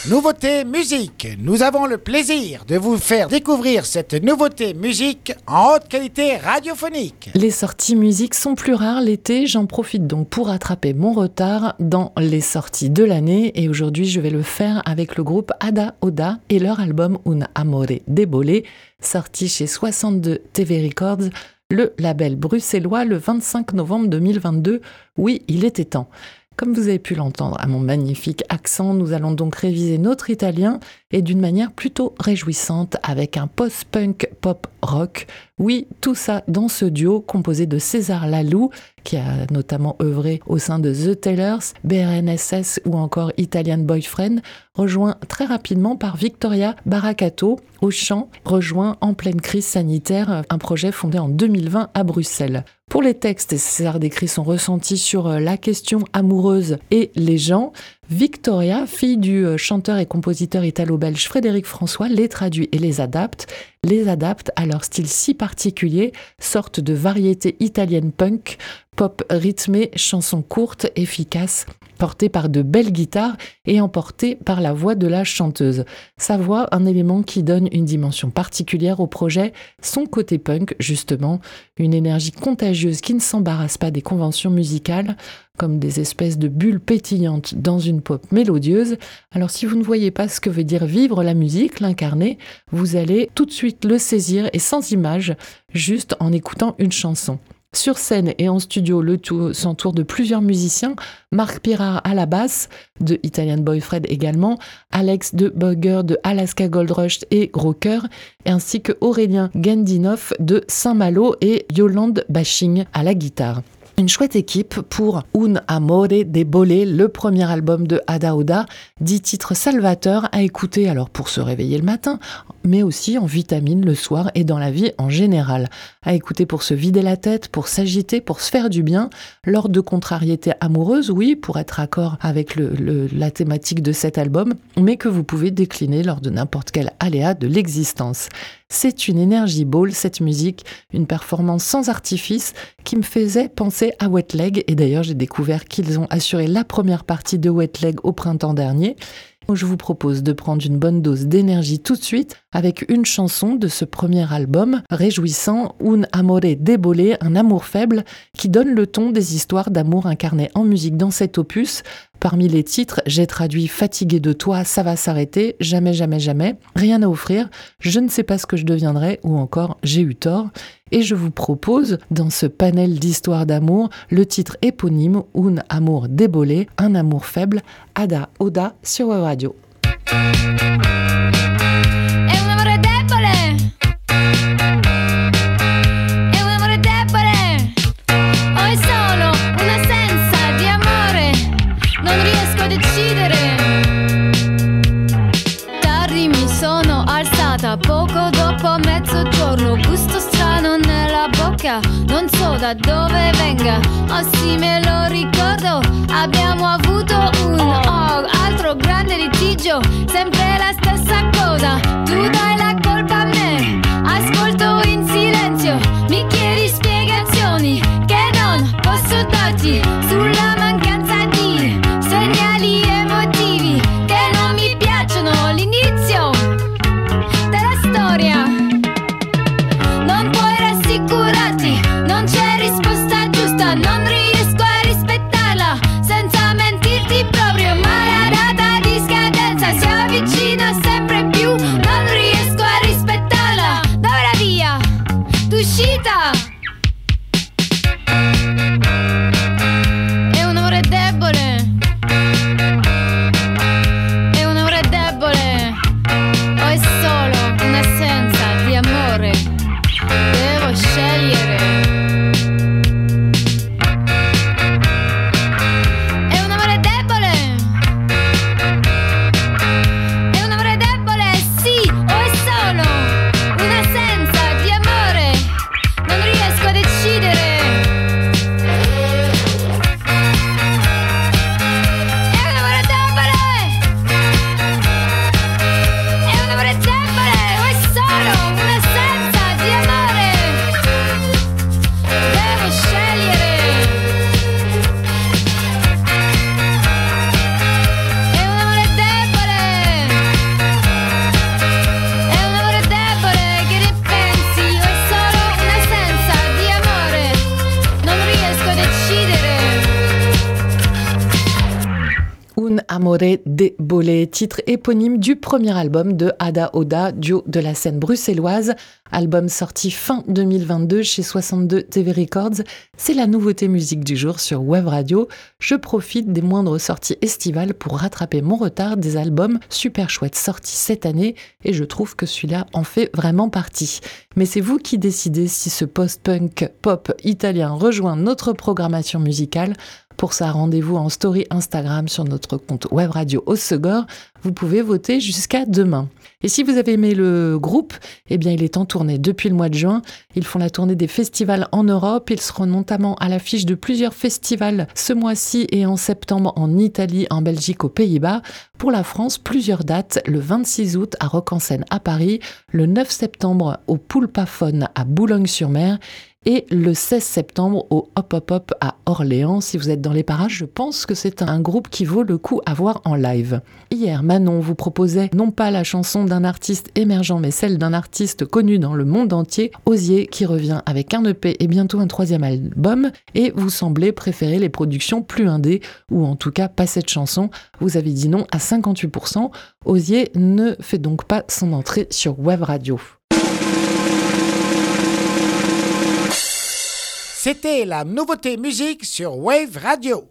Nouveauté musique. Nous avons le plaisir de vous faire découvrir cette nouveauté musique en haute qualité radiophonique. Les sorties musique sont plus rares l'été, j'en profite donc pour rattraper mon retard dans les sorties de l'année et aujourd'hui je vais le faire avec le groupe Ada Oda et leur album Un amore debole, sorti chez 62 TV Records, le label bruxellois le 25 novembre 2022. Oui, il était temps. Comme vous avez pu l'entendre à mon magnifique accent, nous allons donc réviser notre italien et d'une manière plutôt réjouissante avec un post-punk pop rock. Oui, tout ça dans ce duo composé de César Laloux, qui a notamment œuvré au sein de The Tailors, BRNSS ou encore Italian Boyfriend, rejoint très rapidement par Victoria Baracato au chant, rejoint en pleine crise sanitaire, un projet fondé en 2020 à Bruxelles. Pour les textes, César décrit son ressenti sur la question amoureuse et les gens. Victoria, fille du chanteur et compositeur italo-belge Frédéric François, les traduit et les adapte à leur style si particulier, sorte de variété italienne punk, pop rythmée, chansons courtes, efficaces, portée par de belles guitares et emportée par la voix de la chanteuse. Sa voix, un élément qui donne une dimension particulière au projet, son côté punk justement, une énergie contagieuse qui ne s'embarrasse pas des conventions musicales, comme des espèces de bulles pétillantes dans une pop mélodieuse. Alors si vous ne voyez pas ce que veut dire vivre la musique, l'incarner, vous allez tout de suite le saisir et sans image, juste en écoutant une chanson. Sur scène et en studio, le tout s'entoure de plusieurs musiciens, Marc Pirard à la basse, de Italian Boyfriend également, Alex de Bugger de Alaska Gold Rush et Gros Cœur, ainsi que Aurélien Gendinov de Saint-Malo et Yolande Bashing à la guitare. Une chouette équipe pour Un amore debole, le premier album de Ada Oda, 10 titres salvateurs à écouter alors pour se réveiller le matin, mais aussi en vitamine le soir et dans la vie en général. À écouter pour se vider la tête, pour s'agiter, pour se faire du bien, lors de contrariétés amoureuses, oui, pour être accord avec la thématique de cet album, mais que vous pouvez décliner lors de n'importe quel aléa de l'existence. C'est une énergie ball, cette musique, une performance sans artifice qui me faisait penser à Wet Leg. Et d'ailleurs, j'ai découvert qu'ils ont assuré la première partie de Wet Leg au printemps dernier. Je vous propose de prendre une bonne dose d'énergie tout de suite avec une chanson de ce premier album réjouissant, Un amore debole, un amour faible, qui donne le ton des histoires d'amour incarnées en musique dans cet opus. Parmi les titres, j'ai traduit Fatigué de toi, ça va s'arrêter, Jamais, jamais, jamais, Rien à offrir, Je ne sais pas ce que je deviendrai ou encore J'ai eu tort. Et je vous propose, dans ce panel d'histoires d'amour, le titre éponyme Un amour debole, un amour faible, Ada Oda sur Web Radio. Poco dopo mezzogiorno, gusto strano nella bocca, non so da dove venga, ma sì me lo ricordo. Abbiamo avuto altro grande litigio, sempre la stessa cosa. Tu dai la colpa a me, ascolto in silenzio, mi chiedi spiegazioni che non posso darti sulla mancanza di segnali emotivi che non mi piacciono. L'inizio storia. Non puoi rassicurarti, non c'è risposta giusta, non riesco a rispettarla senza mentirti proprio, ma la data di scadenza si avvicina sempre più, non riesco a rispettarla. Da ora via, d'uscita. E un Amore Debole, titre éponyme du premier album de Ada Oda, duo de la scène bruxelloise. Album sorti fin 2022 chez 62 TV Records. C'est la nouveauté musique du jour sur Web Radio. Je profite des moindres sorties estivales pour rattraper mon retard des albums super chouettes sortis cette année et je trouve que celui-là en fait vraiment partie. Mais c'est vous qui décidez si ce post-punk pop italien rejoint notre programmation musicale. Pour ça, rendez-vous en story Instagram sur notre compte Web Radio Hossegor. Vous pouvez voter jusqu'à demain. Et si vous avez aimé le groupe, eh bien, il est en tournée depuis le mois de juin. Ils font la tournée des festivals en Europe. Ils seront notamment à l'affiche de plusieurs festivals ce mois-ci et en septembre en Italie, en Belgique, aux Pays-Bas. Pour la France, plusieurs dates. Le 26 août à Rock-en-Seine à Paris, le 9 septembre au Poulpaphone à Boulogne-sur-Mer et le 16 septembre au Hop Hop Hop à Orléans. Si vous êtes dans les parages, je pense que c'est un groupe qui vaut le coup à voir en live. Hier, Manon vous proposait non pas la chanson d'un artiste émergent, mais celle d'un artiste connu dans le monde entier, Osier, qui revient avec un EP et bientôt un 3e album, et vous semblez préférer les productions plus indé, ou en tout cas pas cette chanson. Vous avez dit non à 58%. Osier ne fait donc pas son entrée sur Web Radio. C'était la nouveauté musique sur Wave Radio.